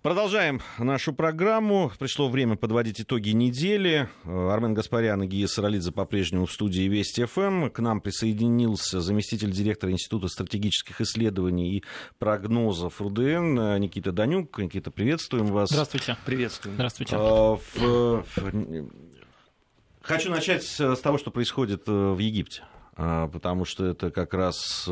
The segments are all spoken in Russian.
Продолжаем нашу программу. Пришло время подводить итоги недели. Армен Гаспарян и Гия Саралидзе по-прежнему в студии Вести ФМ. К нам присоединился заместитель директора Института стратегических исследований и прогнозов РУДН Никита Данюк. Никита, приветствуем вас. Здравствуйте. Приветствуем. Здравствуйте. Хочу начать с того, что происходит в Египте, потому что это как раз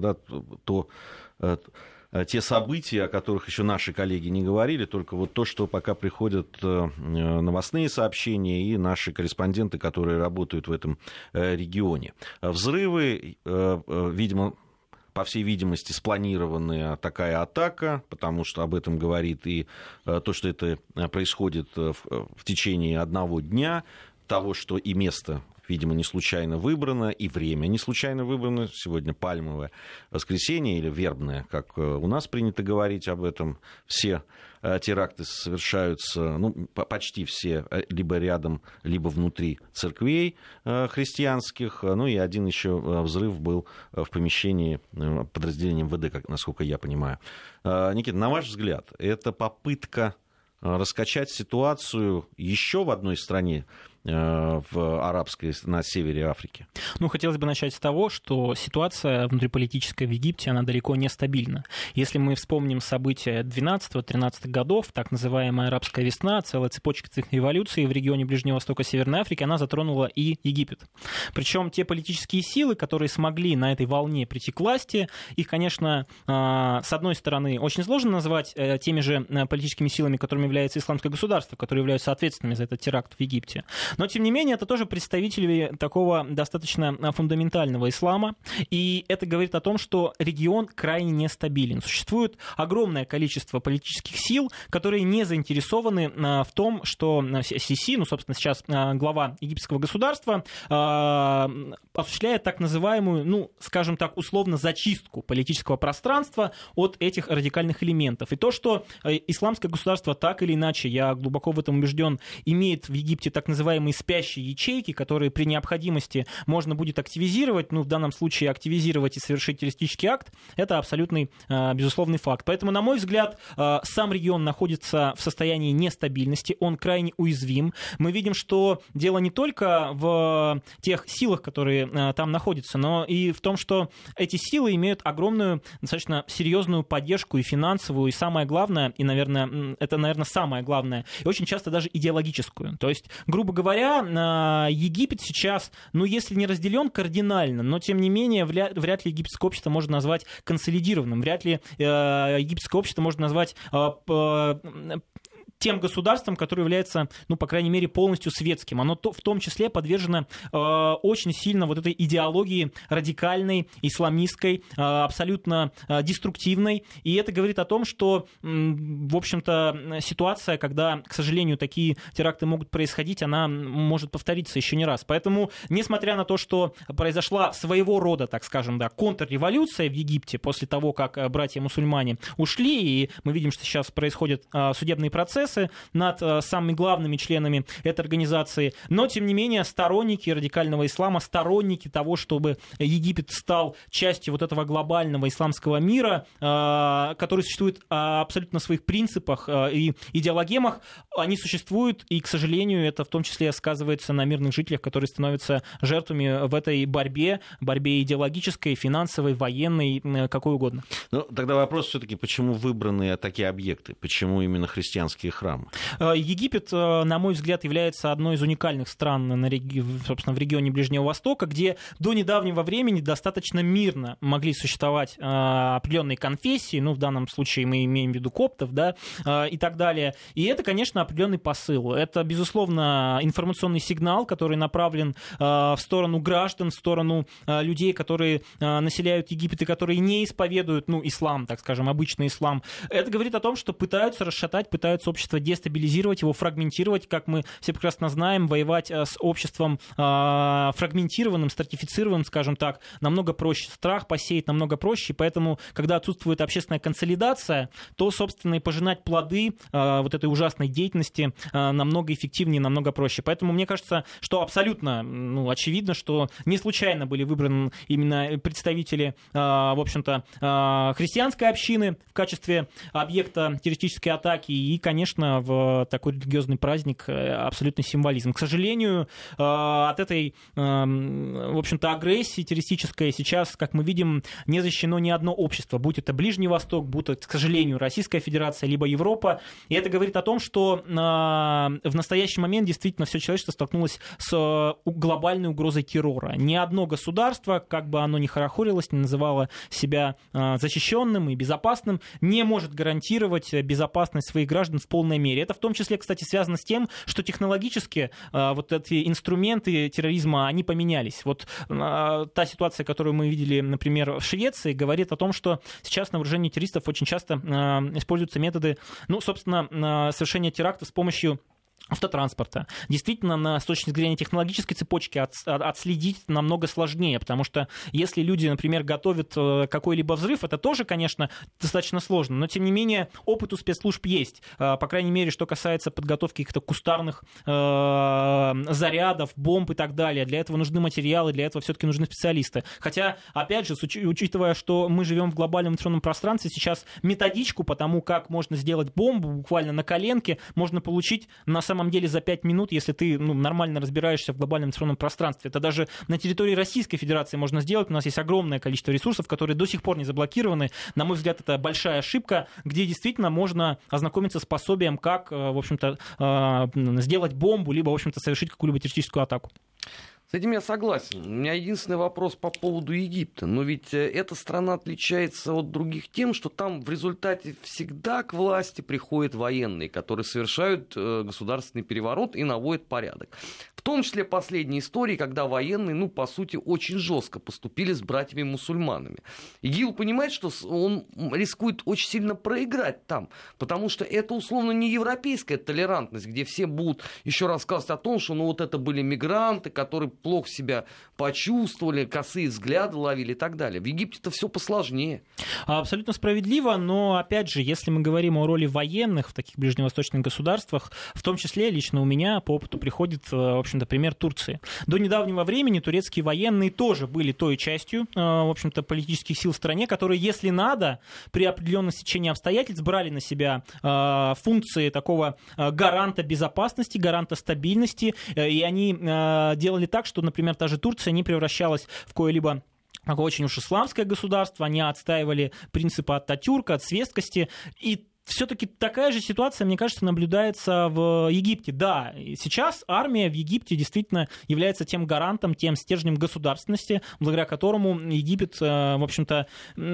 те события, о которых еще наши коллеги не говорили, только вот то, что пока приходят новостные сообщения и наши корреспонденты, которые работают в этом регионе. Взрывы, видимо, по всей видимости, спланированная такая атака, потому что об этом говорит и то, что это происходит в течение одного дня, того, что и место, видимо, не случайно выбрано, и время не случайно выбрано. Сегодня пальмовое воскресенье или вербное, как у нас принято говорить об этом. Все теракты совершаются, почти все, либо рядом, либо внутри церквей христианских. Ну и один еще взрыв был в помещении подразделения МВД, насколько я понимаю. Никита, на ваш взгляд, это попытка раскачать ситуацию еще в одной стране, в арабской, на севере Африки? Хотелось бы начать с того, что ситуация внутриполитическая в Египте, она далеко не стабильна. Если мы вспомним события 12-13 годов, так называемая арабская весна, целая цепочка революций в регионе Ближнего Востока, Северной Африки, она затронула и Египет. Причем те политические силы, которые смогли на этой волне прийти к власти, их, конечно, с одной стороны, очень сложно назвать теми же политическими силами, которыми является исламское государство, которые являются ответственными за этот теракт в Египте. Но, тем не менее, это тоже представители такого достаточно фундаментального ислама, и это говорит о том, что регион крайне нестабилен. Существует огромное количество политических сил, которые не заинтересованы в том, что Сиси, собственно, сейчас глава египетского государства, осуществляет так называемую, скажем так, условно, зачистку политического пространства от этих радикальных элементов. И то, что исламское государство так или иначе, я глубоко в этом убежден, имеет в Египте так называемые спящие ячейки, которые при необходимости можно будет активизировать, в данном случае активизировать и совершить террористический акт, это абсолютный, безусловный факт. Поэтому, на мой взгляд, сам регион находится в состоянии нестабильности, он крайне уязвим. Мы видим, что дело не только в тех силах, которые там находятся, но и в том, что эти силы имеют огромную, достаточно серьезную поддержку и финансовую, и самое главное, и, наверное, это, самое главное, и очень часто даже идеологическую. То есть, грубо говоря, Египет сейчас, если не разделен кардинально, но тем не менее вряд ли египетское общество можно назвать консолидированным, вряд ли египетское общество можно назвать тем государством, которое является, по крайней мере, полностью светским. Оно в том числе подвержено очень сильно вот этой идеологии радикальной, исламистской, абсолютно деструктивной. И это говорит о том, что, в общем-то, ситуация, когда, к сожалению, такие теракты могут происходить, она может повториться еще не раз. Поэтому, несмотря на то, что произошла своего рода, так скажем, контрреволюция в Египте после того, как братья-мусульмане ушли, и мы видим, что сейчас происходят судебные процессы над самыми главными членами этой организации. Но, тем не менее, сторонники радикального ислама, сторонники того, чтобы Египет стал частью вот этого глобального исламского мира, который существует абсолютно на своих принципах и идеологемах, они существуют, и, к сожалению, это в том числе сказывается на мирных жителях, которые становятся жертвами в этой борьбе идеологической, финансовой, военной, какой угодно. Тогда вопрос все-таки, почему выбраны такие объекты? Почему именно христианские храмы? Египет, на мой взгляд, является одной из уникальных стран, собственно, в регионе Ближнего Востока, где до недавнего времени достаточно мирно могли существовать определенные конфессии, в данном случае мы имеем в виду коптов, и так далее. И это, конечно, определенный посыл. Это, безусловно, информационный сигнал, который направлен в сторону граждан, в сторону людей, которые населяют Египет и которые не исповедуют, ислам, так скажем, обычный ислам. Это говорит о том, что пытаются расшатать, пытаются общество общество, дестабилизировать его, фрагментировать, как мы все прекрасно знаем, воевать с обществом фрагментированным, стратифицированным, скажем так, намного проще. Страх посеять намного проще, поэтому, когда отсутствует общественная консолидация, то, собственно, и пожинать плоды вот этой ужасной деятельности намного эффективнее, намного проще. Поэтому мне кажется, что абсолютно очевидно, что не случайно были выбраны именно представители, в общем-то, христианской общины в качестве объекта террористической атаки и, конечно, в такой религиозный праздник абсолютный символизм. К сожалению, от этой, в общем-то, агрессии террористической сейчас, как мы видим, не защищено ни одно общество, будь это Ближний Восток, будь это, к сожалению, Российская Федерация, либо Европа. И это говорит о том, что в настоящий момент действительно все человечество столкнулось с глобальной угрозой террора. Ни одно государство, как бы оно ни хорохорилось, не называло себя защищенным и безопасным, не может гарантировать безопасность своих граждан в полной мере. Это в том числе, кстати, связано с тем, что технологически вот эти инструменты терроризма, они поменялись. Вот та ситуация, которую мы видели, например, в Швеции, говорит о том, что сейчас на вооружении террористов очень часто используются методы, собственно, совершения терактов с помощью автотранспорта. Действительно, с точки зрения технологической цепочки отследить намного сложнее, потому что если люди, например, готовят какой-либо взрыв, это тоже, конечно, достаточно сложно, но, тем не менее, опыт у спецслужб есть. По крайней мере, что касается подготовки каких-то кустарных зарядов, бомб и так далее. Для этого нужны материалы, для этого все-таки нужны специалисты. Хотя, опять же, учитывая, что мы живем в глобальном информационном пространстве, сейчас методичку по тому, как можно сделать бомбу буквально на коленке, можно получить на самом деле за 5 минут, если ты нормально разбираешься в глобальном информационном пространстве. Это даже на территории Российской Федерации можно сделать. У нас есть огромное количество ресурсов, которые до сих пор не заблокированы. На мой взгляд, это большая ошибка, где действительно можно ознакомиться с пособием, как, в общем-то, сделать бомбу, либо, в общем-то, совершить какую-либо террористическую атаку. С этим я согласен. У меня единственный вопрос по поводу Египта. Но ведь эта страна отличается от других тем, что там в результате всегда к власти приходят военные, которые совершают государственный переворот и наводят порядок. В том числе последние истории, когда военные, по сути, очень жестко поступили с братьями-мусульманами. ИГИЛ понимает, что он рискует очень сильно проиграть там, потому что это, условно, не европейская толерантность, где все будут еще рассказывать о том, что это были мигранты, которые плохо себя почувствовали, косые взгляды ловили и так далее. В Египте это все посложнее. Абсолютно справедливо, но, опять же, если мы говорим о роли военных в таких ближневосточных государствах, в том числе лично у меня по опыту приходит, в общем-то, пример Турции. До недавнего времени турецкие военные тоже были той частью, в общем-то, политических сил в стране, которые, если надо, при определенном стечении обстоятельств брали на себя функции такого гаранта безопасности, гаранта стабильности, и они делали так, что, например, та же Турция не превращалась в какое-либо очень уж исламское государство, они отстаивали принципы Ататюрка, от светскости, и все-таки такая же ситуация, мне кажется, наблюдается в Египте. Да, сейчас армия в Египте действительно является тем гарантом, тем стержнем государственности, благодаря которому Египет, в общем-то,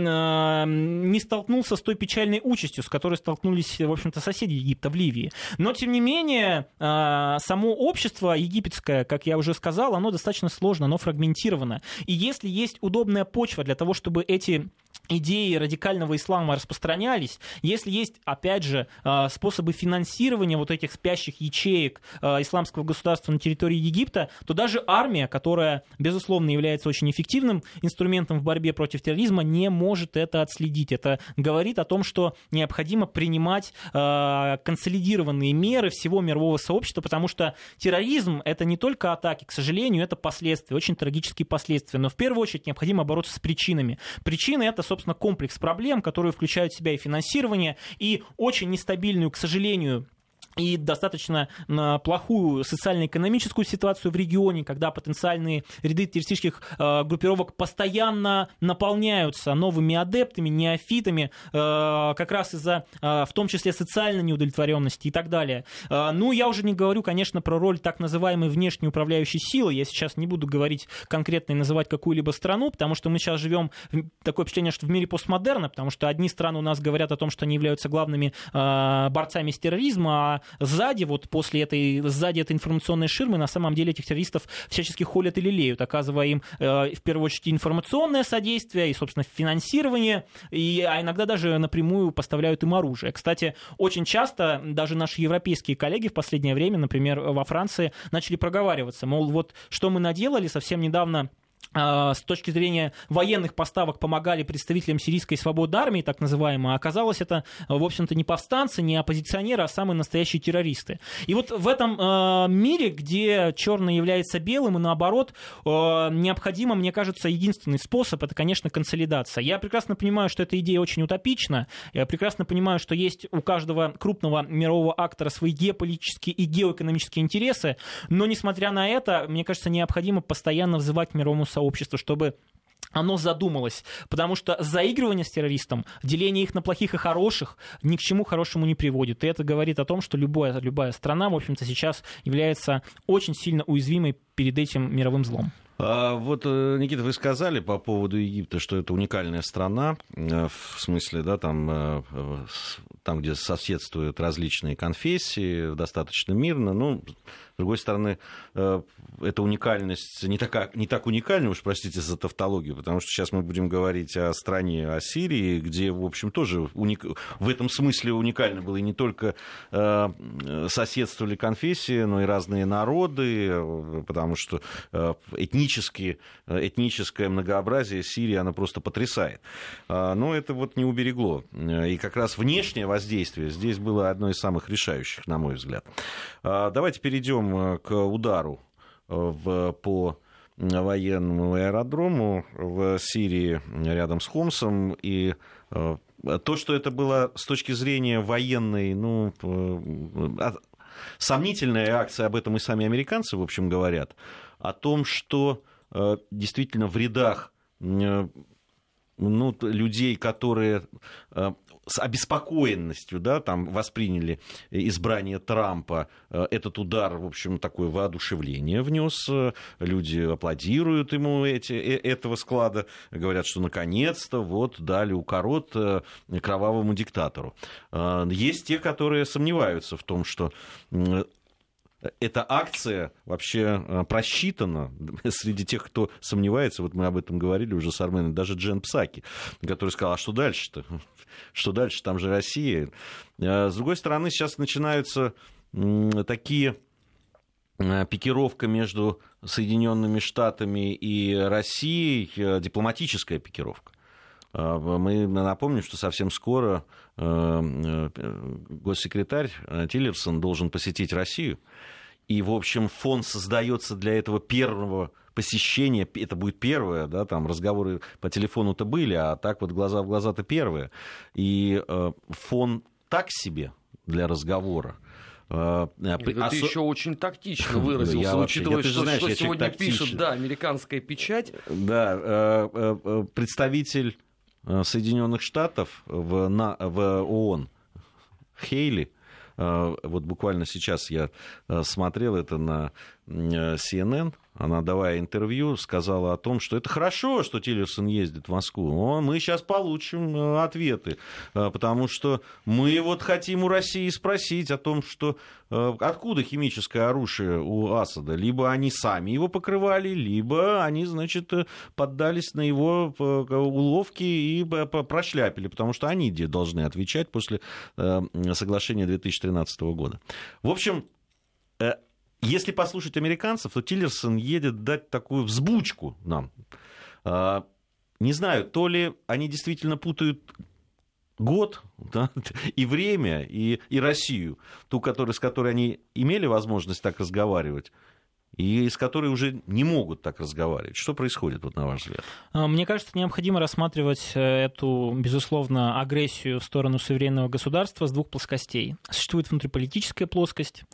не столкнулся с той печальной участью, с которой столкнулись, в общем-то, соседи Египта в Ливии. Но, тем не менее, само общество египетское, как я уже сказал, оно достаточно сложно, оно фрагментировано. И если есть удобная почва для того, чтобы эти идеи радикального ислама распространялись, если есть, опять же, способы финансирования вот этих спящих ячеек исламского государства на территории Египта, то даже армия, которая, безусловно, является очень эффективным инструментом в борьбе против терроризма, не может это отследить. Это говорит о том, что необходимо принимать консолидированные меры всего мирового сообщества, потому что терроризм — это не только атаки, к сожалению, это последствия, очень трагические последствия. Но в первую очередь необходимо бороться с причинами. Причины — это, собственно, комплекс проблем, которые включают в себя и финансирование, и очень нестабильную, к сожалению, и достаточно плохую социально-экономическую ситуацию в регионе, когда потенциальные ряды террористических группировок постоянно наполняются новыми адептами, неофитами, как раз из-за, в том числе, социальной неудовлетворенности и так далее. Я уже не говорю, конечно, про роль так называемой внешней управляющей силы. Я сейчас не буду говорить конкретно и называть какую-либо страну, потому что мы сейчас живем, такое впечатление, что в мире постмодерна, потому что одни страны у нас говорят о том, что они являются главными борцами с терроризмом, а сзади этой информационной ширмы на самом деле этих террористов всячески холят и лелеют, оказывая им в первую очередь информационное содействие и, собственно, финансирование, а иногда даже напрямую поставляют им оружие. Кстати, очень часто даже наши европейские коллеги в последнее время, например, во Франции, начали проговариваться, мол, вот что мы наделали совсем недавно. С точки зрения военных поставок помогали представителям сирийской свободной армии, так называемой, а оказалось это, в общем-то, не повстанцы, не оппозиционеры, а самые настоящие террористы. И вот в этом мире, где черное является белым, и наоборот, необходимо, мне кажется, единственный способ, это, конечно, консолидация. Я прекрасно понимаю, что эта идея очень утопична, я прекрасно понимаю, что есть у каждого крупного мирового актора свои геополитические и геоэкономические интересы, но, несмотря на это, мне кажется, необходимо постоянно взывать к мировому сообществу, чтобы оно задумалось, потому что заигрывание с террористом, деление их на плохих и хороших ни к чему хорошему не приводит. И это говорит о том, что любая страна, в общем-то, сейчас является очень сильно уязвимой перед этим мировым злом. Вот, Никита, вы сказали по поводу Египта, что это уникальная страна, в смысле, да, там, где соседствуют различные конфессии, достаточно мирно. Ну, с другой стороны, эта уникальность не так уникальна, уж простите за тавтологию, потому что сейчас мы будем говорить о стране, о Сирии, где, в общем, тоже в этом смысле уникально было и не только соседствовали конфессии, но и разные народы, потому что этническое многообразие Сирии, оно просто потрясает. Но это вот не уберегло. И как раз внешнее воздействие здесь было одно из самых решающих, на мой взгляд. Давайте перейдем к удару по военному аэродрому в Сирии рядом с Хомсом. И то, что это было с точки зрения военной, сомнительная реакция, об этом и сами американцы, в общем, говорят, о том, что действительно в рядах людей, которые с обеспокоенностью, да, там восприняли избрание Трампа, этот удар, в общем, такое воодушевление внес. Люди аплодируют ему этого склада, говорят, что наконец-то вот дали укорот кровавому диктатору. Есть те, которые сомневаются в том, что эта акция вообще просчитана. Среди тех, кто сомневается, вот мы об этом говорили уже с Арменом, даже Джен Псаки, который сказал, а что дальше-то? Что дальше? Там же Россия. С другой стороны, сейчас начинаются такие пикировка между Соединенными Штатами и Россией, дипломатическая пикировка. Мы напомним, что совсем скоро госсекретарь Тиллерсон должен посетить Россию. И, в общем, фон создается для этого первого посещения. Это будет первое, да, там разговоры по телефону-то были, а так вот глаза в глаза-то первые. И фон так себе для разговора. Ты еще очень тактично выразился, учитывая, что сегодня пишет, да, американская печать. Да, представитель Соединенных Штатов в ООН Хейли, вот буквально сейчас я смотрел это на CNN, она, давая интервью, сказала о том, что это хорошо, что Тиллерсон ездит в Москву, мы сейчас получим ответы, потому что мы вот хотим у России спросить о том, что откуда химическое оружие у Асада. Либо они сами его покрывали, либо они, значит, поддались на его уловки и прошляпили, потому что они должны отвечать после соглашения 2013 года. В общем, если послушать американцев, то Тиллерсон едет дать такую взбучку нам. Не знаю, то ли они действительно путают год, да, и время, и Россию, ту, с которой они имели возможность так разговаривать, и с которой уже не могут так разговаривать. Что происходит, вот, на ваш взгляд? Мне кажется, необходимо рассматривать эту, безусловно, агрессию в сторону суверенного государства с двух плоскостей. Существует внутриполитическая плоскость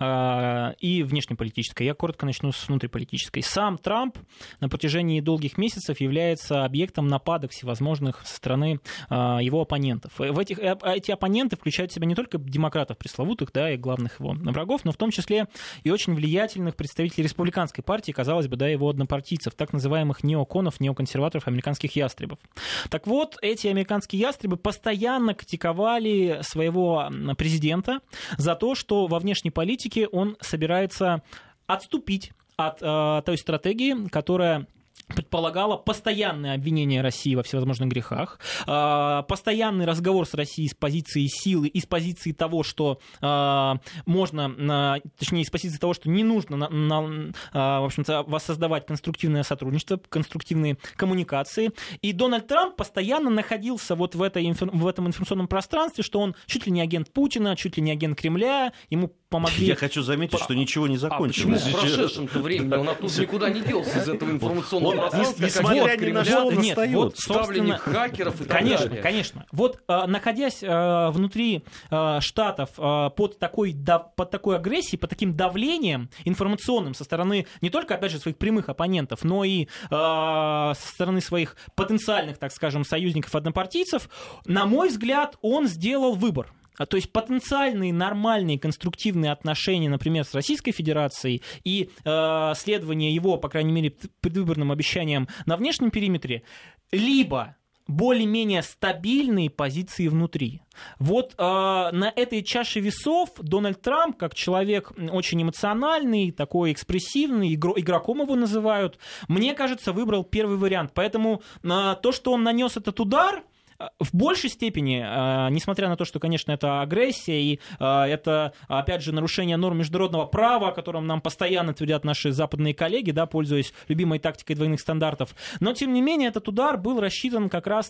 и внешнеполитическая. Я коротко начну с внутриполитической. Сам Трамп на протяжении долгих месяцев является объектом нападок всевозможных со стороны его оппонентов. Эти оппоненты включают в себя не только демократов пресловутых, да, и главных его врагов, но в том числе и очень влиятельных представителей представители республиканской партии, казалось бы, да, его однопартийцев, так называемых неоконов, неоконсерваторов, американских ястребов. Так вот, эти американские ястребы постоянно критиковали своего президента за то, что во внешней политике он собирается отступить от той стратегии, которая предполагала постоянное обвинение России во всевозможных грехах, постоянный разговор с Россией с позиции силы и с позиции того, что можно, точнее, с позиции того, что не нужно, в общем-то, воссоздавать конструктивное сотрудничество, конструктивные коммуникации. И Дональд Трамп постоянно находился вот в этом информационном пространстве, что он чуть ли не агент Путина, чуть ли не агент Кремля, ему помогли... Я хочу заметить, что ничего не закончилось. Почему в прошедшем-то времени? Он оттуда никуда не делся из этого информационного пространства. Несмотря ни на что, он остается. Ставленник хакеров и так далее. Конечно. Вот находясь внутри Штатов под такой агрессией, под таким давлением информационным со стороны не только, опять же, своих прямых оппонентов, но и со стороны своих потенциальных, так скажем, союзников-однопартийцев, на мой взгляд, он сделал выбор. То есть потенциальные нормальные конструктивные отношения, например, с Российской Федерацией и следование его, по крайней мере, предвыборным обещаниям на внешнем периметре, либо более-менее стабильные позиции внутри. Вот на этой чаше весов Дональд Трамп, как человек очень эмоциональный, такой экспрессивный, игроком его называют, мне кажется, выбрал первый вариант. Поэтому то, что он нанес этот удар, в большей степени, несмотря на то, что, конечно, это агрессия и это, опять же, нарушение норм международного права, о котором нам постоянно твердят наши западные коллеги, да, пользуясь любимой тактикой двойных стандартов, но, тем не менее, этот удар был рассчитан как раз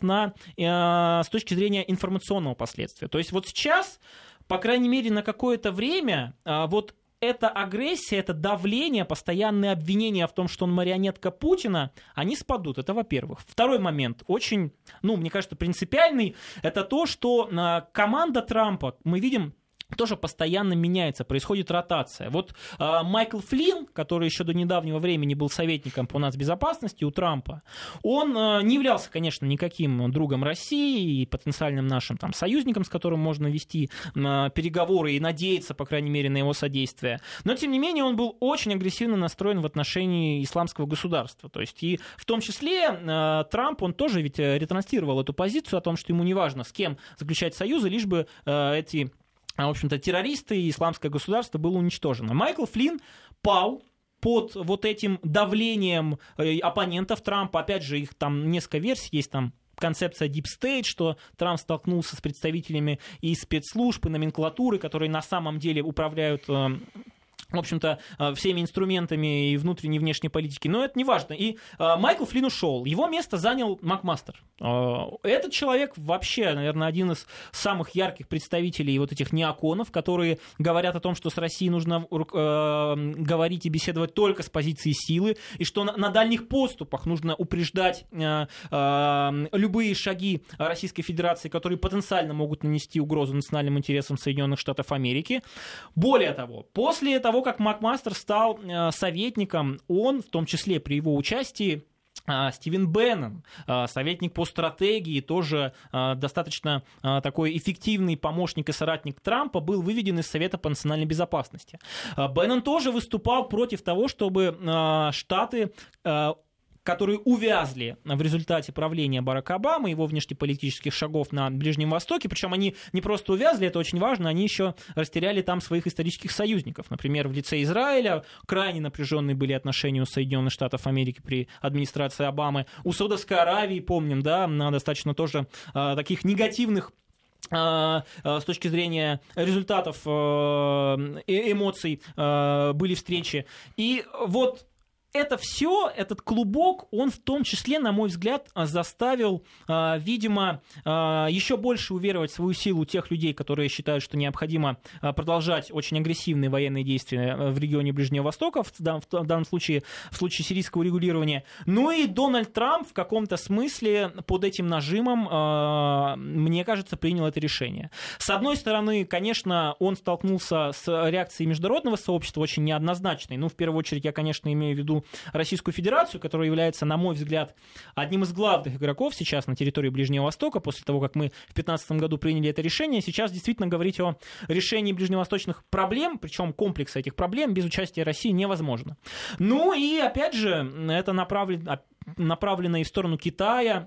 с точки зрения информационного последствия. То есть вот сейчас, по крайней мере, на какое-то время вот эта агрессия, это давление, постоянные обвинения в том, что он марионетка Путина, они спадут. Это во-первых. Второй момент, очень, мне кажется, принципиальный, это то, что команда Трампа, мы видим, тоже постоянно меняется, происходит ротация. Вот Майкл Флинн, который еще до недавнего времени был советником по нацбезопасности у Трампа, он не являлся, конечно, никаким другом России и потенциальным нашим союзником, с которым можно вести переговоры и надеяться, по крайней мере, на его содействие. Но, тем не менее, он был очень агрессивно настроен в отношении исламского государства. То есть, и в том числе Трамп, он тоже ведь ретранслировал эту позицию о том, что ему не важно, с кем заключать союзы, лишь бы эти... в общем-то, террористы и исламское государство было уничтожено. Майкл Флинн пал под вот этим давлением оппонентов Трампа. Опять же, их там несколько версий есть, там концепция Deep State, что Трамп столкнулся с представителями и спецслужб, и номенклатуры, которые на самом деле управляют... в общем-то, всеми инструментами и внутренней и внешней политики, но это не важно. И Майкл Флинн ушел. Его место занял Макмастер. Этот человек вообще, наверное, один из самых ярких представителей вот этих неоконов, которые говорят о том, что с Россией нужно говорить и беседовать только с позиции силы, и что на дальних поступах нужно упреждать любые шаги Российской Федерации, которые потенциально могут нанести угрозу национальным интересам Соединенных Штатов Америки. Более того, после того, как Макмастер стал советником, он, в том числе при его участии, Стивен Беннон, советник по стратегии, тоже достаточно такой эффективный помощник и соратник Трампа, был выведен из Совета по национальной безопасности. Беннон тоже выступал против того, чтобы Штаты, которые увязли в результате правления Барака Обамы, его внешнеполитических шагов на Ближнем Востоке, причем они не просто увязли, это очень важно, они еще растеряли там своих исторических союзников. Например, в лице Израиля крайне напряженные были отношения у Соединенных Штатов Америки при администрации Обамы. У Саудовской Аравии, помним, да, на достаточно тоже таких негативных с точки зрения результатов эмоций были встречи. И вот это все, этот клубок, он в том числе, на мой взгляд, заставил, видимо, еще больше уверовать в свою силу тех людей, которые считают, что необходимо продолжать очень агрессивные военные действия в регионе Ближнего Востока, в данном случае, в случае сирийского регулирования. Ну и Дональд Трамп в каком-то смысле под этим нажимом, мне кажется, принял это решение. С одной стороны, конечно, он столкнулся с реакцией международного сообщества очень неоднозначной. Ну, в первую очередь, я, конечно, имею в виду всю Российскую Федерацию, которая является, на мой взгляд, одним из главных игроков сейчас на территории Ближнего Востока, после того, как мы в 2015 году приняли это решение. Сейчас действительно говорить о решении ближневосточных проблем, причем комплекса этих проблем, без участия России невозможно. Ну и, опять же, это направлено и в сторону Китая.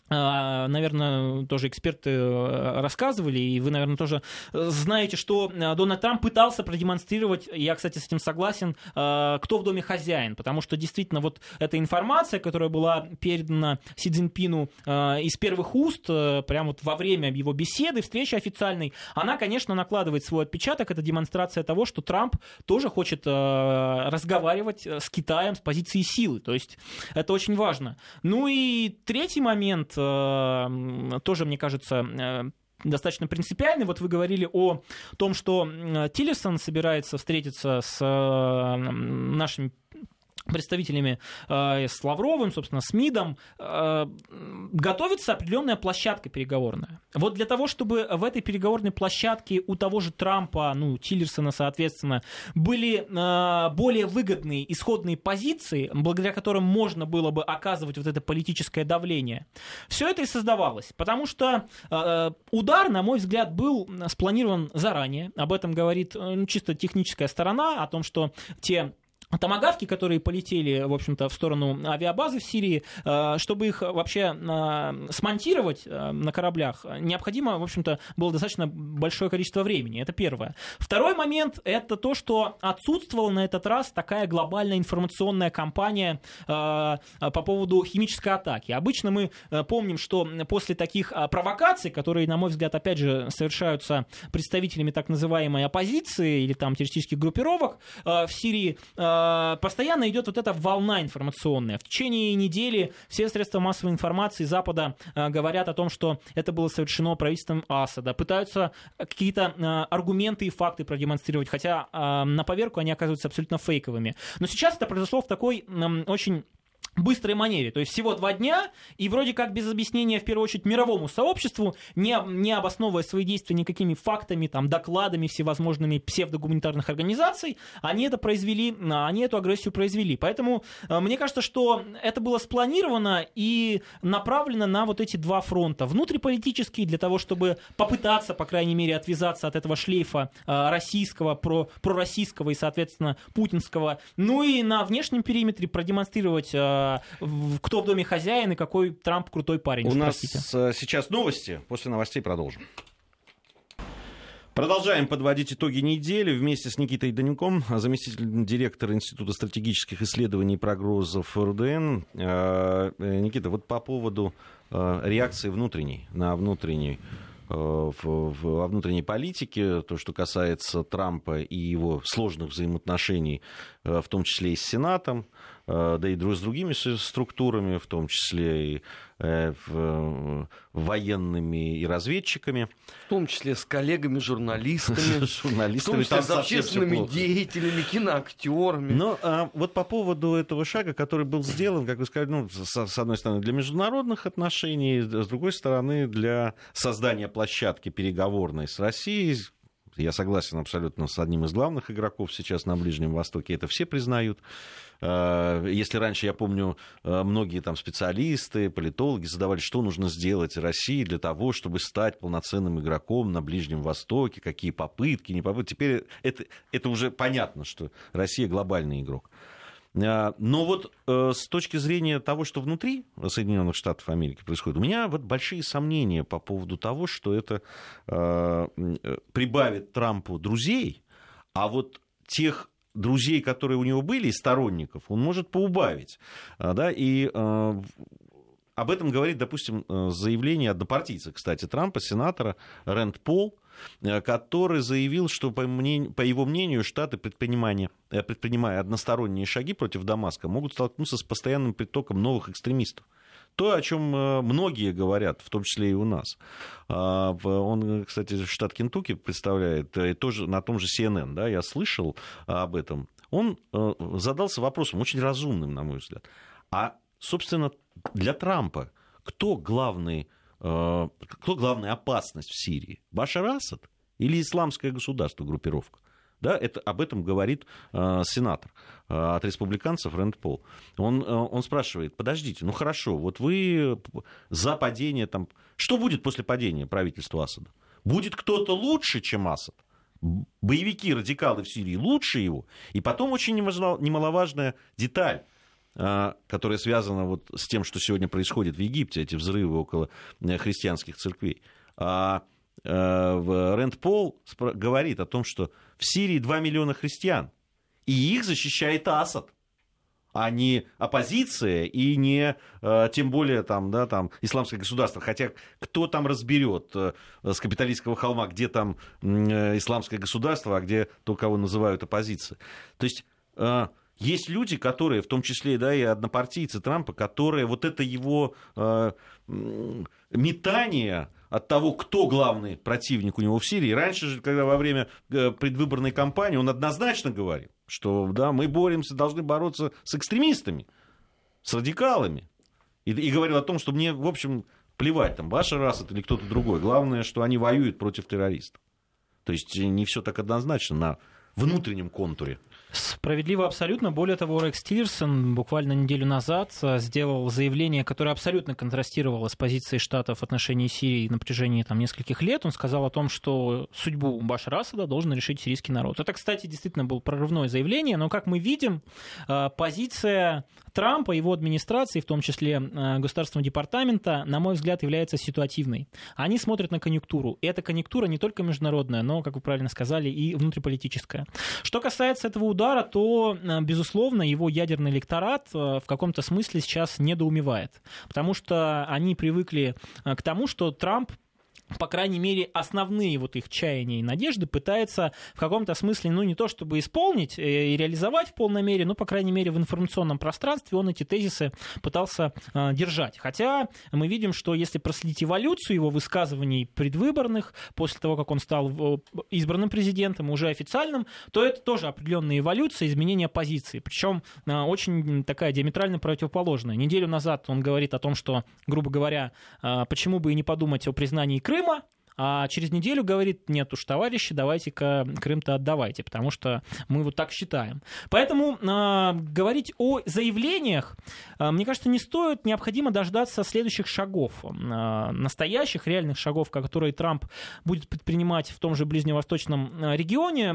Наверное, тоже эксперты рассказывали, и вы, наверное, тоже знаете, что Дональд Трамп пытался продемонстрировать, я, кстати, с этим согласен, кто в доме хозяин, потому что действительно вот эта информация, которая была передана Си Цзиньпину из первых уст, прямо вот во время его беседы, встречи официальной, она, конечно, накладывает свой отпечаток, это демонстрация того, что Трамп тоже хочет разговаривать с Китаем с позиции силы, то есть это очень важно. Ну и третий момент, тоже, мне кажется, достаточно принципиальный. Вот вы говорили о том, что Тиллерсон собирается встретиться с нашими представителями, с Лавровым, собственно, с МИДом, готовится определенная площадка переговорная. Вот для того, чтобы в этой переговорной площадке у того же Трампа, Тиллерсона, соответственно, были более выгодные исходные позиции, благодаря которым можно было бы оказывать вот это политическое давление, все это и создавалось. Потому что удар, на мой взгляд, был спланирован заранее. Об этом говорит чисто техническая сторона, о том, что те томагавки, которые полетели, в общем-то, в сторону авиабазы в Сирии, чтобы их вообще смонтировать на кораблях, необходимо, в общем-то, было достаточно большое количество времени. Это первое. Второй момент – это то, что отсутствовала на этот раз такая глобальная информационная кампания по поводу химической атаки. Обычно мы помним, что после таких провокаций, которые, на мой взгляд, опять же, совершаются представителями так называемой оппозиции или там террористических группировок в Сирии, постоянно идет вот эта волна информационная. В течение недели все средства массовой информации Запада говорят о том, что это было совершено правительством Асада. Пытаются какие-то аргументы и факты продемонстрировать, хотя на поверку они оказываются абсолютно фейковыми. Но сейчас это произошло в такой очень быстрой манере, то есть всего 2 дня, и вроде как без объяснения, в первую очередь, мировому сообществу, не обосновывая свои действия никакими фактами, там, докладами всевозможными псевдогуманитарных организаций, они эту агрессию произвели. Поэтому мне кажется, что это было спланировано и направлено на вот эти 2 фронта. Внутриполитический, для того, чтобы попытаться, по крайней мере, отвязаться от этого шлейфа российского, пророссийского и, соответственно, путинского. Ну и на внешнем периметре продемонстрировать, кто в доме хозяин и какой Трамп крутой парень. У нас сейчас новости, после новостей продолжим. Продолжаем подводить итоги недели вместе с Никитой Данюком, заместителем директора Института стратегических исследований и прогнозов РУДН. Никита, вот по поводу реакции во внутренней политике, то, что касается Трампа и его сложных взаимоотношений, в том числе и с Сенатом, да и с другими структурами, в том числе и военными и разведчиками. В том числе с коллегами, журналистами, в том числе с общественными деятелями, киноактерами. Но вот по поводу этого шага, который был сделан, как вы сказали, с одной стороны, для международных отношений, с другой стороны, для создания площадки переговорной с Россией. Я согласен абсолютно с одним из главных игроков сейчас на Ближнем Востоке, это все признают. Если раньше, я помню, многие там специалисты, политологи задавали, что нужно сделать России для того, чтобы стать полноценным игроком на Ближнем Востоке, какие попытки, не попытки. Теперь это уже понятно, что Россия глобальный игрок. Но вот с точки зрения того, что внутри Соединенных Штатов Америки происходит, у меня вот большие сомнения по поводу того, что это прибавит Трампу друзей, а вот тех друзей, которые у него были, и сторонников, он может поубавить. Да? И об этом говорит, допустим, заявление однопартийца, кстати, Трампа, сенатора Рэнд Пол, который заявил, что, по его мнению, Штаты, предпринимая односторонние шаги против Дамаска, могут столкнуться с постоянным притоком новых экстремистов. То, о чем многие говорят, в том числе и у нас. Он, кстати, штат Кентукки представляет, и тоже на том же CNN, да, я слышал об этом. Он задался вопросом, очень разумным, на мой взгляд. А, собственно, для Трампа кто главная опасность в Сирии? Башар Асад или исламское государство, группировка? Да, об этом говорит сенатор от республиканцев Рэнд Пол. Он спрашивает, подождите, ну хорошо, вот вы за падение, там, что будет после падения правительства Асада? Будет кто-то лучше, чем Асад? Боевики, радикалы в Сирии лучше его? И потом очень немаловажная деталь, которая связана вот с тем, что сегодня происходит в Египте, эти взрывы около христианских церквей. Рэнд Пол говорит о том, что в Сирии 2 миллиона христиан, и их защищает Асад, а не оппозиция и не, тем более, там, да, там, исламское государство. Хотя кто там разберет с Капитолийского холма, где там исламское государство, а где то, кого называют оппозицией. То есть есть люди, которые, в том числе, да, и однопартийцы Трампа, которые вот это его метание от того, кто главный противник у него в Сирии. Раньше же, когда во время предвыборной кампании он однозначно говорил, что да, мы боремся, должны бороться с экстремистами, с радикалами. И говорил о том, что мне, в общем, плевать, там, Башар Асад или кто-то другой. Главное, что они воюют против террористов. То есть не все так однозначно на внутреннем контуре. Справедливо абсолютно. Более того, Рекс Тиллерсон буквально неделю назад сделал заявление, которое абсолютно контрастировало с позицией Штатов в отношении Сирии на протяжении нескольких лет. Он сказал о том, что судьбу Башара Асада должен решить сирийский народ. Это, кстати, действительно было прорывное заявление, но, как мы видим, позиция Трампа, его администрации, в том числе Государственного департамента, на мой взгляд, является ситуативной. Они смотрят на конъюнктуру. И эта конъюнктура не только международная, но, как вы правильно сказали, и внутриполитическая. Что касается этого удара, то, безусловно, его ядерный электорат в каком-то смысле сейчас недоумевает. Потому что они привыкли к тому, что Трамп, по крайней мере, основные вот их чаяния и надежды пытается в каком-то смысле, ну, не то чтобы исполнить и реализовать в полной мере, но, по крайней мере, в информационном пространстве он эти тезисы пытался держать. Хотя мы видим, что если проследить эволюцию его высказываний предвыборных, после того, как он стал избранным президентом, уже официальным, то это тоже определенная эволюция, изменение позиции. Причем очень такая диаметрально противоположная. Неделю назад он говорит о том, что, грубо говоря, почему бы и не подумать о признании Крыма, а через неделю говорит: нет уж, товарищи, давайте-ка Крым-то отдавайте, потому что мы вот так считаем. Поэтому говорить о заявлениях, мне кажется, не стоит, необходимо дождаться следующих шагов, настоящих, реальных шагов, которые Трамп будет предпринимать в том же ближневосточном регионе,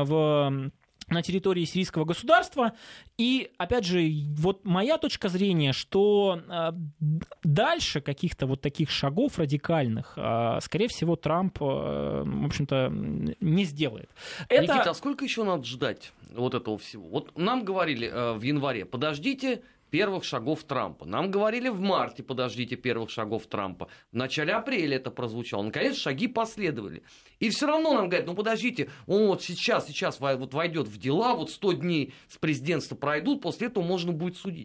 на территории сирийского государства. И, опять же, вот моя точка зрения, что дальше каких-то вот таких шагов радикальных, скорее всего, Трамп, в общем-то, не сделает. Никита, а сколько еще надо ждать вот этого всего? Вот нам говорили в январе: подождите первых шагов Трампа. Нам говорили в марте: подождите первых шагов Трампа. В начале апреля это прозвучало. Наконец, шаги последовали. И все равно нам говорят: ну подождите, он вот сейчас вот войдет в дела, вот 100 дней с президентства пройдут, после этого можно будет судить.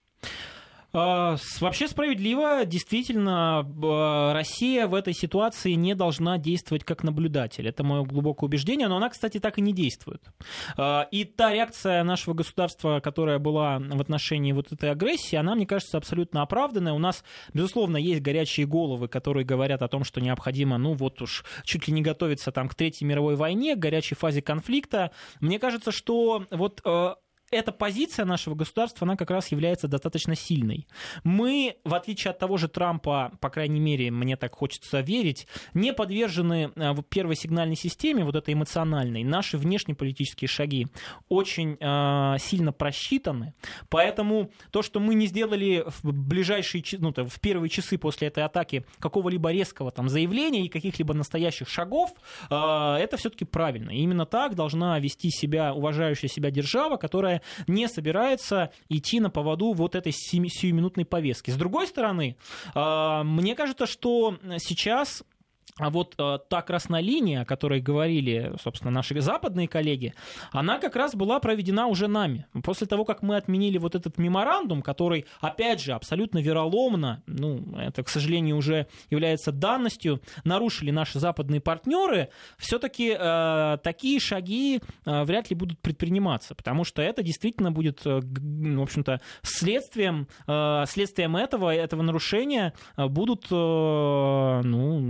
Вообще справедливо, действительно, Россия в этой ситуации не должна действовать как наблюдатель. Это мое глубокое убеждение, но она, кстати, так и не действует. И та реакция нашего государства, которая была в отношении вот этой агрессии, она, мне кажется, абсолютно оправданная. У нас, безусловно, есть горячие головы, которые говорят о том, что необходимо, ну вот уж чуть ли не готовиться там к Третьей мировой войне, к горячей фазе конфликта. Мне кажется, что вот эта позиция нашего государства, она как раз является достаточно сильной. Мы, в отличие от того же Трампа, по крайней мере, мне так хочется верить, не подвержены первой сигнальной системе, вот этой эмоциональной. Наши внешнеполитические шаги очень сильно просчитаны, поэтому то, что мы не сделали в ближайшие, в первые часы после этой атаки какого-либо резкого там заявления и каких-либо настоящих шагов, это все-таки правильно. И именно так должна вести себя уважающая себя держава, которая не собирается идти на поводу вот этой сиюминутной повестки. С другой стороны, мне кажется, что сейчас вот та красная линия, о которой говорили, собственно, наши западные коллеги, она как раз была проведена уже нами. После того, как мы отменили вот этот меморандум, который, опять же, абсолютно вероломно, это, к сожалению, уже является данностью, нарушили наши западные партнеры, все-таки такие шаги вряд ли будут предприниматься, потому что это действительно будет, в общем-то, следствием этого нарушения будут сбиты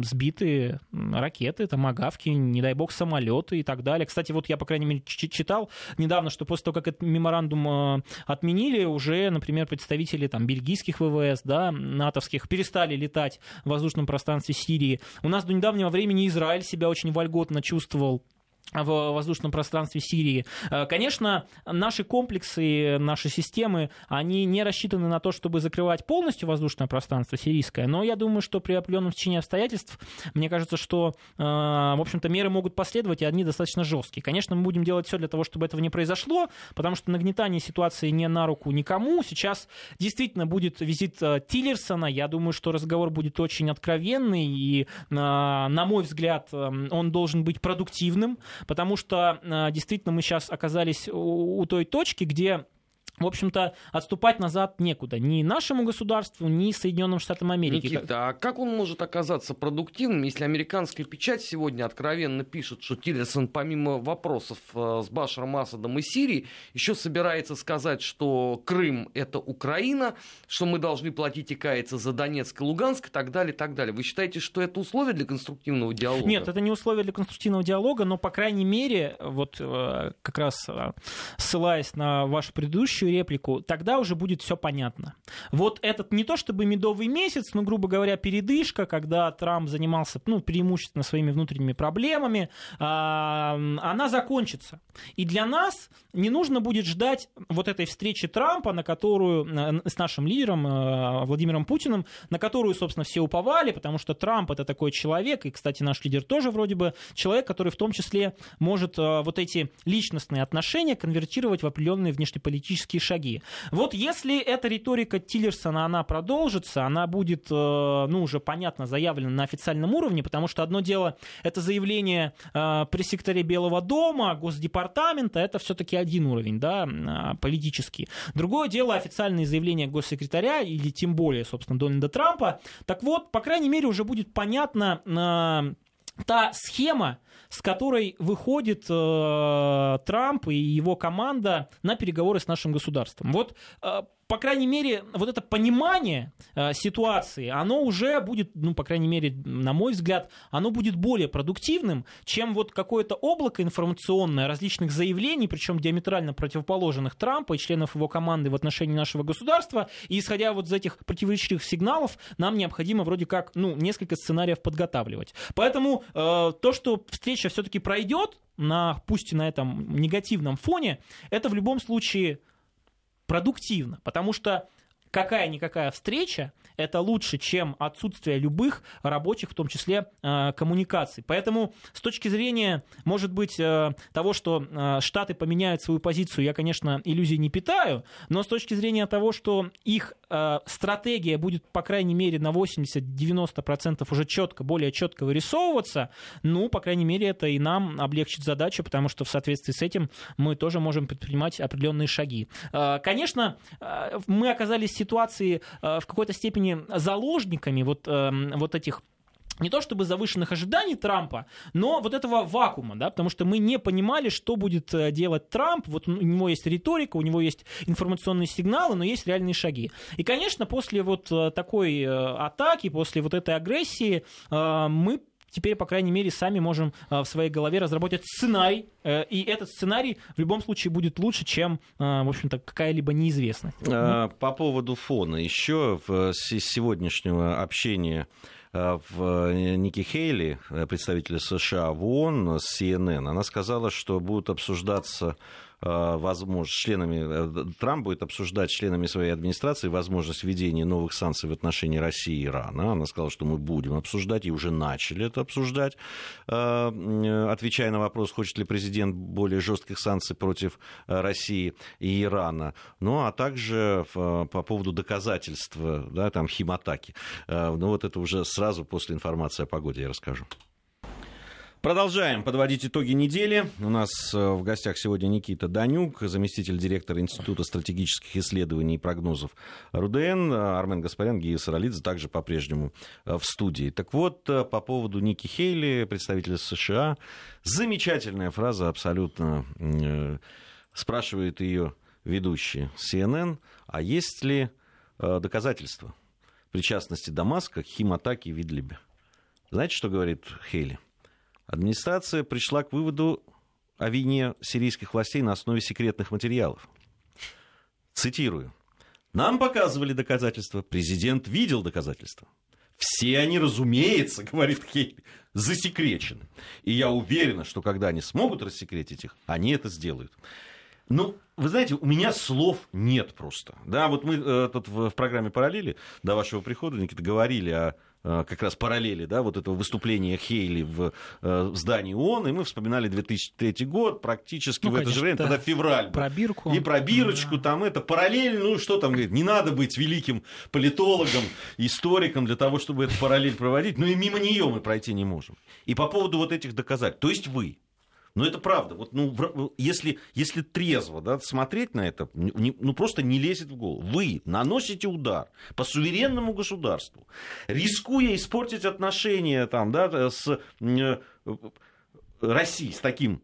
сбиты ракеты, томагавки, не дай бог, самолеты и так далее. Кстати, вот я, по крайней мере, читал недавно, что после того, как этот меморандум отменили, уже, например, представители там, бельгийских ВВС, да, натовских, перестали летать в воздушном пространстве Сирии. У нас до недавнего времени Израиль себя очень вольготно чувствовал в воздушном пространстве Сирии. Конечно, наши комплексы, наши системы, они не рассчитаны на то, чтобы закрывать полностью воздушное пространство сирийское, но я думаю, что при определенном течении обстоятельств, мне кажется, что, в общем-то, меры могут последовать, и они достаточно жесткие. Конечно, мы будем делать все для того, чтобы этого не произошло, потому что нагнетание ситуации не на руку никому. Сейчас действительно будет визит Тиллерсона, я думаю, что разговор будет очень откровенный, и, на мой взгляд, он должен быть продуктивным, потому что действительно мы сейчас оказались у той точки, где, в общем-то, отступать назад некуда. Ни нашему государству, ни Соединенным Штатам Америки. Никита, а как он может оказаться продуктивным, если американская печать сегодня откровенно пишет, что Тиллерсон, помимо вопросов с Башаром Асадом и Сирией, еще собирается сказать, что Крым — это Украина, что мы должны платить и каяться за Донецк и Луганск и так далее, и так далее. Вы считаете, что это условие для конструктивного диалога? Нет, это не условие для конструктивного диалога, но, по крайней мере, вот как раз ссылаясь на вашу предыдущую реплику, тогда уже будет все понятно. Вот этот не то чтобы медовый месяц, но, грубо говоря, передышка, когда Трамп занимался преимущественно своими внутренними проблемами, она закончится. И для нас не нужно будет ждать вот этой встречи Трампа, на которую с нашим лидером Владимиром Путиным, на которую, собственно, все уповали, потому что Трамп — это такой человек, и, кстати, наш лидер тоже вроде бы человек, который в том числе может вот эти личностные отношения конвертировать в определенные внешнеполитические шаги. Вот если эта риторика Тиллерсона, она продолжится, она будет, уже понятно, заявлена на официальном уровне, потому что одно дело — это заявление пресс-секретаря Белого дома, Госдепартамента, это все-таки один уровень, да, политический. Другое дело — официальные заявления госсекретаря или тем более, собственно, Дональда Трампа. Так вот, по крайней мере, уже будет понятна та схема, с которой выходит Трамп и его команда на переговоры с нашим государством. Вот, по крайней мере, вот это понимание ситуации, оно уже будет, по крайней мере, на мой взгляд, оно будет более продуктивным, чем вот какое-то облако информационное различных заявлений, причем диаметрально противоположных Трампа и членов его команды в отношении нашего государства. И исходя вот из этих противоречивых сигналов, нам необходимо вроде как, несколько сценариев подготавливать. Поэтому то, что встреча все-таки пройдет, пусть и на этом негативном фоне, это в любом случае продуктивно, потому что какая-никакая встреча — это лучше, чем отсутствие любых рабочих, в том числе, коммуникаций. Поэтому с точки зрения, может быть, того, что Штаты поменяют свою позицию, я, конечно, иллюзий не питаю, но с точки зрения того, что их стратегия будет, по крайней мере, на 80-90% уже более четко вырисовываться, по крайней мере, это и нам облегчит задачу, потому что в соответствии с этим мы тоже можем предпринимать определенные шаги. Конечно, мы оказались в ситуации в какой-то степени заложниками вот этих не то чтобы завышенных ожиданий Трампа, но вот этого вакуума, да, потому что мы не понимали, что будет делать Трамп. Вот у него есть риторика, у него есть информационные сигналы, но есть реальные шаги. И, конечно, после вот такой атаки, после вот этой агрессии мы теперь, по крайней мере, сами можем в своей голове разработать сценарий, и этот сценарий в любом случае будет лучше, чем, в общем-то, какая-либо неизвестность. По поводу фона. Еще в сегодняшнего общения в Ники Хейли, представителя США в ООН, с CNN, она сказала, что будут обсуждаться Трамп будет обсуждать с членами своей администрации возможность введения новых санкций в отношении России и Ирана. Она сказала, что мы будем обсуждать, и уже начали это обсуждать, отвечая на вопрос, хочет ли президент более жестких санкций против России и Ирана. А также по поводу доказательств, да, там, химатаки. Вот это уже сразу после информации о погоде я расскажу. Продолжаем подводить итоги недели. У нас в гостях сегодня Никита Данюк, заместитель директора Института стратегических исследований и прогнозов РУДН, Армен Гаспарян, Гия Саралидзе, также по-прежнему в студии. Так вот, по поводу Ники Хейли, представителя США, замечательная фраза абсолютно, спрашивает ее ведущий CNN, а есть ли доказательства причастности Дамаска к химатаке в Идлибе? Знаете, что говорит Хейли? Администрация пришла к выводу о вине сирийских властей на основе секретных материалов. Цитирую. «Нам показывали доказательства, президент видел доказательства. Все они, разумеется, говорит Хейли, засекречены. И я уверена, что когда они смогут рассекретить их, они это сделают». Ну, вы знаете, у меня слов нет просто. Да, вот мы тут в программе «Параллели» до вашего прихода, Никита, говорили о как раз параллели, да, вот этого выступления Хейли в здании ООН, и мы вспоминали 2003 год, практически в это же время, тогда февраль. Пробирку. И пробирочку, да. Там это, параллель, ну что там, говорит, не надо быть великим политологом, историком для того, чтобы эту параллель проводить, но и мимо нее мы пройти не можем. И по поводу вот этих доказательств, то есть вы. Но это правда. Вот, если трезво, да, смотреть на это, просто не лезет в голову. Вы наносите удар по суверенному государству, рискуя испортить отношения там, да, с Россией, с таким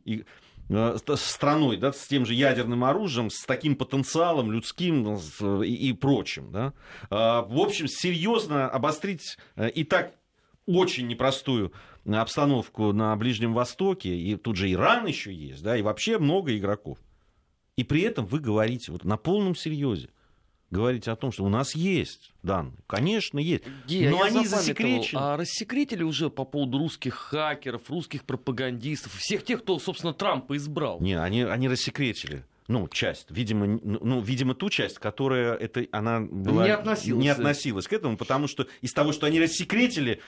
страной, да, с тем же ядерным оружием, с таким потенциалом людским и прочим. Да. В общем, серьезно обострить и так очень непростую обстановку на Ближнем Востоке, и тут же Иран еще есть, да, и вообще много игроков. И при этом вы говорите вот на полном серьезе, говорите о том, что у нас есть данные. Конечно, есть. Но они засекречены. А рассекретили уже по поводу русских хакеров, русских пропагандистов, всех тех, кто, собственно, Трампа избрал? Не, они рассекретили. Ну, часть, видимо, ту часть, которая она была, не относилась к этому, потому что из того, что они рассекретили,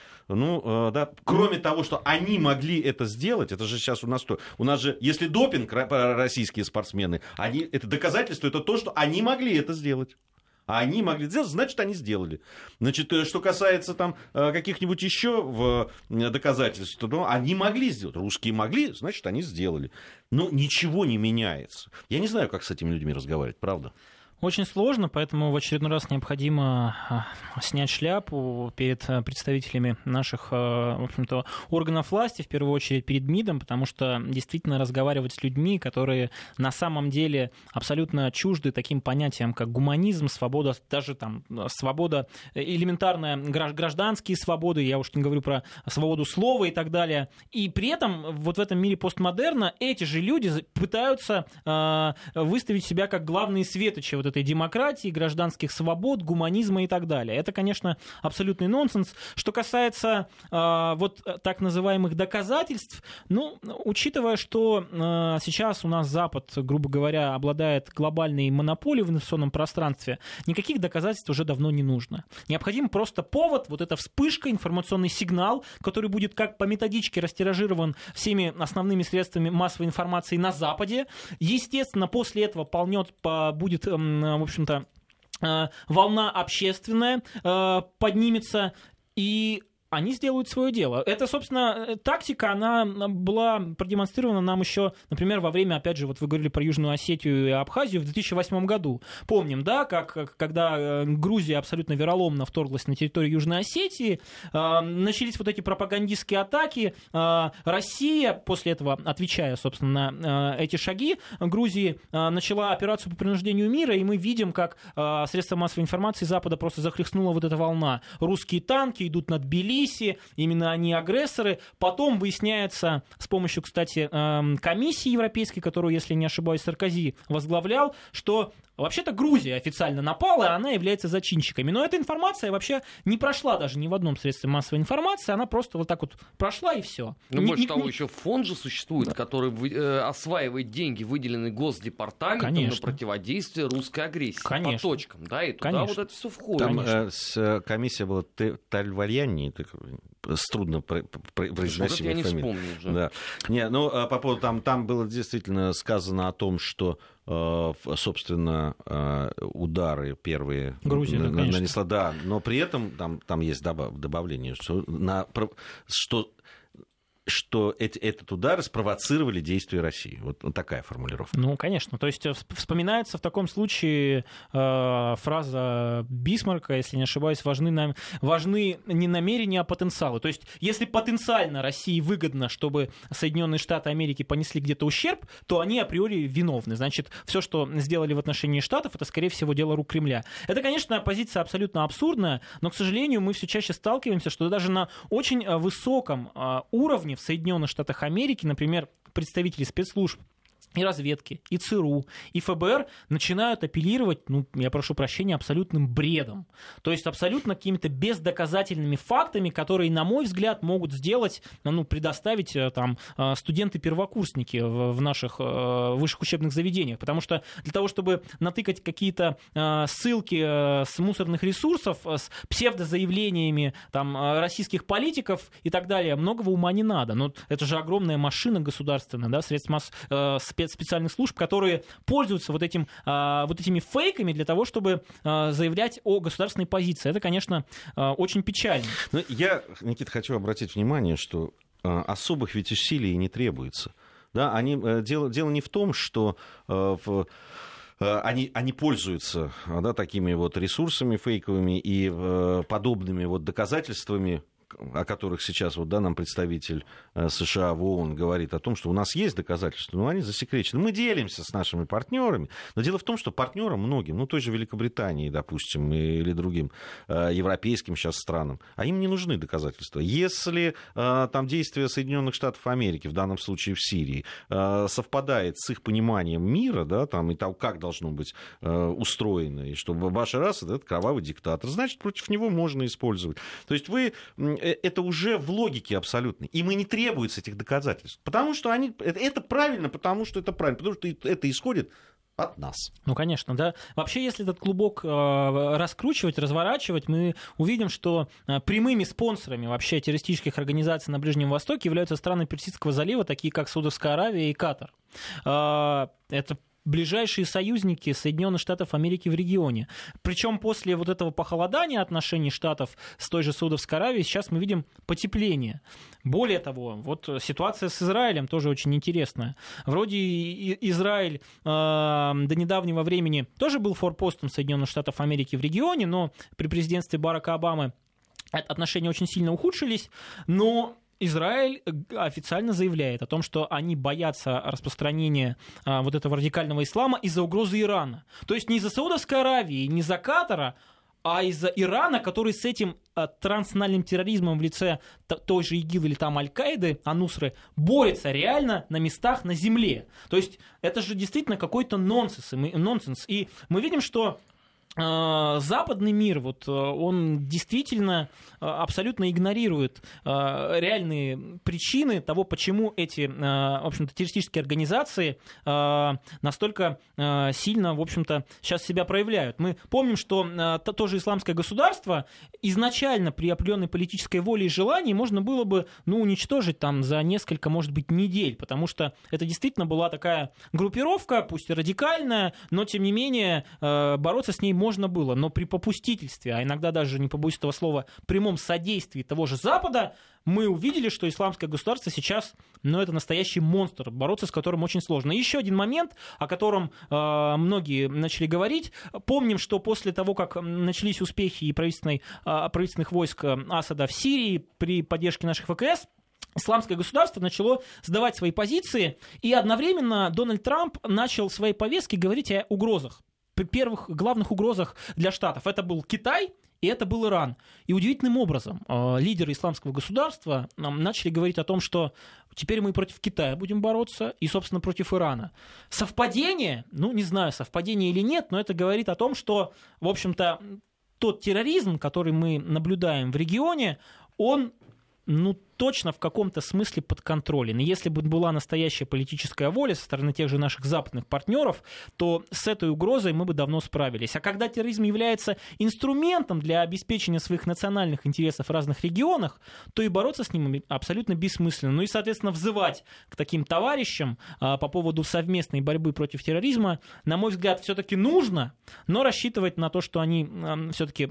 кроме того, что они могли это сделать, это же сейчас у нас же, если допинг российские спортсмены, это доказательство, это то, что они могли это сделать. А они могли сделать, значит, они сделали. Значит, что касается там каких-нибудь еще доказательств, то они могли сделать. Русские могли, значит, они сделали. Но ничего не меняется. Я не знаю, как с этими людьми разговаривать, правда. Очень сложно, поэтому в очередной раз необходимо снять шляпу перед представителями наших, в общем-то, органов власти, в первую очередь перед МИДом, потому что действительно разговаривать с людьми, которые на самом деле абсолютно чужды таким понятиям, как гуманизм, свобода, даже там свобода, элементарная гражданские свободы, я уж не говорю про свободу слова и так далее. И при этом вот в этом мире постмодерна эти же люди пытаются выставить себя как главные светочи вот этой демократии, гражданских свобод, гуманизма и так далее. Это, конечно, абсолютный нонсенс. Что касается вот так называемых доказательств, учитывая, что сейчас у нас Запад, грубо говоря, обладает глобальной монополией в информационном пространстве, никаких доказательств уже давно не нужно. Необходим просто повод, вот эта вспышка, информационный сигнал, который будет как по методичке растиражирован всеми основными средствами массовой информации на Западе. Естественно, после этого будет в общем-то, волна общественная поднимется, и они сделают свое дело. Это, собственно, тактика, она была продемонстрирована нам еще, например, во время, опять же, вот вы говорили про Южную Осетию и Абхазию в 2008 году. Помним, да, когда Грузия абсолютно вероломно вторглась на территорию Южной Осетии, начались вот эти пропагандистские атаки. Россия, после этого, отвечая, собственно, на эти шаги, Грузии начала операцию по принуждению мира, и мы видим, как средства массовой информации Запада просто захлестнула вот эта волна. Русские танки идут над Тбилиси, именно они агрессоры. Потом выясняется с помощью, кстати, комиссии европейской, которую, если не ошибаюсь, Саркози возглавлял, что вообще-то Грузия официально напала, и она является зачинщиками. Но эта информация вообще не прошла даже ни в одном средстве массовой информации, она просто вот так вот прошла, и все. Больше того, еще фонд же существует, да, который осваивает деньги, выделенные Госдепартаментом, на противодействие русской агрессии. Конечно. По точкам, да, и туда вот это все входит. Там комиссия была Тальвальяни, трудно произносимая фамилия. Я не вспомню уже. Да. По поводу, там было действительно сказано о том, что собственно, удары первые Грузия, нанесла, да, но при этом там есть добавление, что что этот удар спровоцировали действия России. Вот такая формулировка. Ну, конечно. То есть вспоминается в таком случае фраза Бисмарка, если не ошибаюсь, важны не намерения, а потенциалы. То есть если потенциально России выгодно, чтобы Соединенные Штаты Америки понесли где-то ущерб, то они априори виновны. Значит, все, что сделали в отношении Штатов, это, скорее всего, дело рук Кремля. Это, конечно, позиция абсолютно абсурдная, но, к сожалению, мы все чаще сталкиваемся, что даже на очень высоком уровне в Соединенных Штатах Америки, например, представители спецслужб и разведки, и ЦРУ, и ФБР начинают апеллировать, я прошу прощения, абсолютным бредом. То есть абсолютно какими-то бездоказательными фактами, которые, на мой взгляд, могут сделать, предоставить там студенты-первокурсники в наших высших учебных заведениях. Потому что для того, чтобы натыкать какие-то ссылки с мусорных ресурсов, с псевдозаявлениями там, российских политиков и так далее, многого ума не надо. Но это же огромная машина государственная, да, средств специальных служб, которые пользуются вот этими фейками для того, чтобы заявлять о государственной позиции. Это, конечно, очень печально. Но я, Никита, хочу обратить внимание, что особых ведь усилий не требуется. Да, дело не в том, что они пользуются, да, такими вот ресурсами фейковыми и подобными вот доказательствами, о которых сейчас нам представитель США в ООН говорит о том, что у нас есть доказательства, но они засекречены. Мы делимся с нашими партнерами, но дело в том, что партнерам многим, той же Великобритании, допустим, или другим европейским сейчас странам, им не нужны доказательства. Если там действия Соединенных Штатов Америки, в данном случае в Сирии, совпадает с их пониманием мира, да, там, и того, как должно быть устроено, и что Башар Асад — это кровавый диктатор, значит, против него можно использовать. То есть это уже в логике абсолютной. Им и не требуется этих доказательств. Потому что это правильно, потому что это правильно, потому что это исходит от нас. Ну, конечно, да. Вообще, если этот клубок раскручивать, разворачивать, мы увидим, что прямыми спонсорами вообще террористических организаций на Ближнем Востоке являются страны Персидского залива, такие как Саудовская Аравия и Катар. Это ближайшие союзники Соединенных Штатов Америки в регионе. Причем после вот этого похолодания отношений Штатов с той же Саудовской Аравией сейчас мы видим потепление. Более того, вот ситуация с Израилем тоже очень интересная. Вроде Израиль до недавнего времени тоже был форпостом Соединенных Штатов Америки в регионе, но при президентстве Барака Обамы отношения очень сильно ухудшились, но Израиль официально заявляет о том, что они боятся распространения вот этого радикального ислама из-за угрозы Ирана. То есть не из-за Саудовской Аравии, не из-за Катара, а из-за Ирана, который с этим транснациональным терроризмом в лице той же ИГИЛ или там Аль-Каиды, Анусры, борется реально на местах на земле. То есть это же действительно какой-то нонсенс. И мы видим, что западный мир, он действительно абсолютно игнорирует реальные причины того, почему эти, в общем-то, террористические организации настолько сильно, в общем-то, сейчас себя проявляют. Мы помним, что то же исламское государство изначально при определенной политической воле и желании можно было бы, уничтожить там за несколько, может быть, недель, потому что это действительно была такая группировка, пусть и радикальная, но, тем не менее, бороться с ней можно было, но при попустительстве, а иногда даже, не побоюсь этого слова, прямом содействии того же Запада, мы увидели, что исламское государство сейчас, это настоящий монстр, бороться с которым очень сложно. И еще один момент, о котором многие начали говорить. Помним, что после того, как начались успехи и правительственных войск Асада в Сирии при поддержке наших ВКС, исламское государство начало сдавать свои позиции, и одновременно Дональд Трамп начал в своей повестке говорить о угрозах. Первых главных угрозах для Штатов. Это был Китай и это был Иран. И удивительным образом лидеры исламского государства начали говорить о том, что теперь мы против Китая будем бороться и, собственно, против Ирана. Совпадение? Не знаю, совпадение или нет, но это говорит о том, что, в общем-то, тот терроризм, который мы наблюдаем в регионе, он точно в каком-то смысле подконтролен. И если бы была настоящая политическая воля со стороны тех же наших западных партнеров, то с этой угрозой мы бы давно справились. А когда терроризм является инструментом для обеспечения своих национальных интересов в разных регионах, то и бороться с ним абсолютно бессмысленно. И, соответственно, взывать к таким товарищам по поводу совместной борьбы против терроризма, на мой взгляд, все-таки нужно, но рассчитывать на то, что они все-таки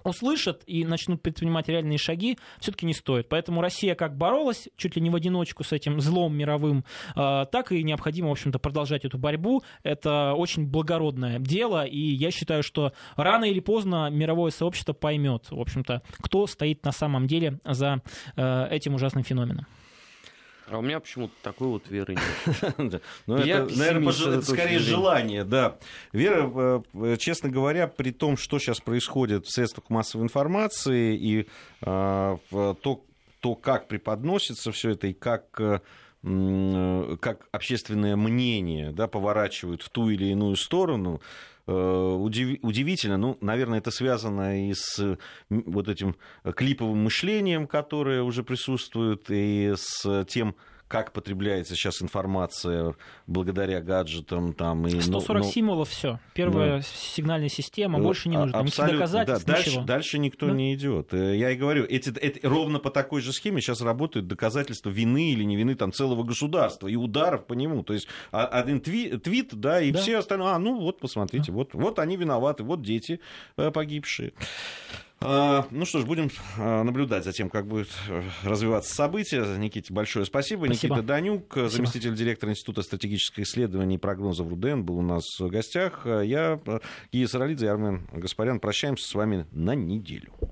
услышат и начнут предпринимать реальные шаги, все-таки не стоит. Поэтому Россия как боролась чуть ли не в одиночку с этим злом мировым, так и необходимо, в общем-то, продолжать эту борьбу. Это очень благородное дело, и я считаю, что рано или поздно мировое сообщество поймет, в общем-то, кто стоит на самом деле за этим ужасным феноменом. А у меня почему-то такой вот веры нет. Ну, это, наверное, скорее желание, да. Вера, честно говоря, при том, что сейчас происходит в средствах массовой информации, и то, как преподносится все это, и как общественное мнение, да, поворачивают в ту или иную сторону, удивительно. Ну, наверное, это связано и с вот этим клиповым мышлением, которое уже присутствует, и с тем, как потребляется сейчас информация благодаря гаджетам. Там, и, 140 символов, все. Первая сигнальная система, больше не нужно. Никаких доказательств, да, ничего. Дальше никто не идет. Я и говорю, ровно по такой же схеме сейчас работают доказательства вины или не вины там, целого государства и ударов по нему. То есть один твит, да, и все остальные, ну вот, посмотрите, вот они виноваты, вот дети погибшие. Ну что ж, будем наблюдать за тем, как будет развиваться события. Никите большое спасибо. Никита Данюк, заместитель директора Института стратегических исследований и прогнозов РУДН, был у нас в гостях. Я, Гия Саралидзе и Армен Гаспарян прощаемся с вами на неделю.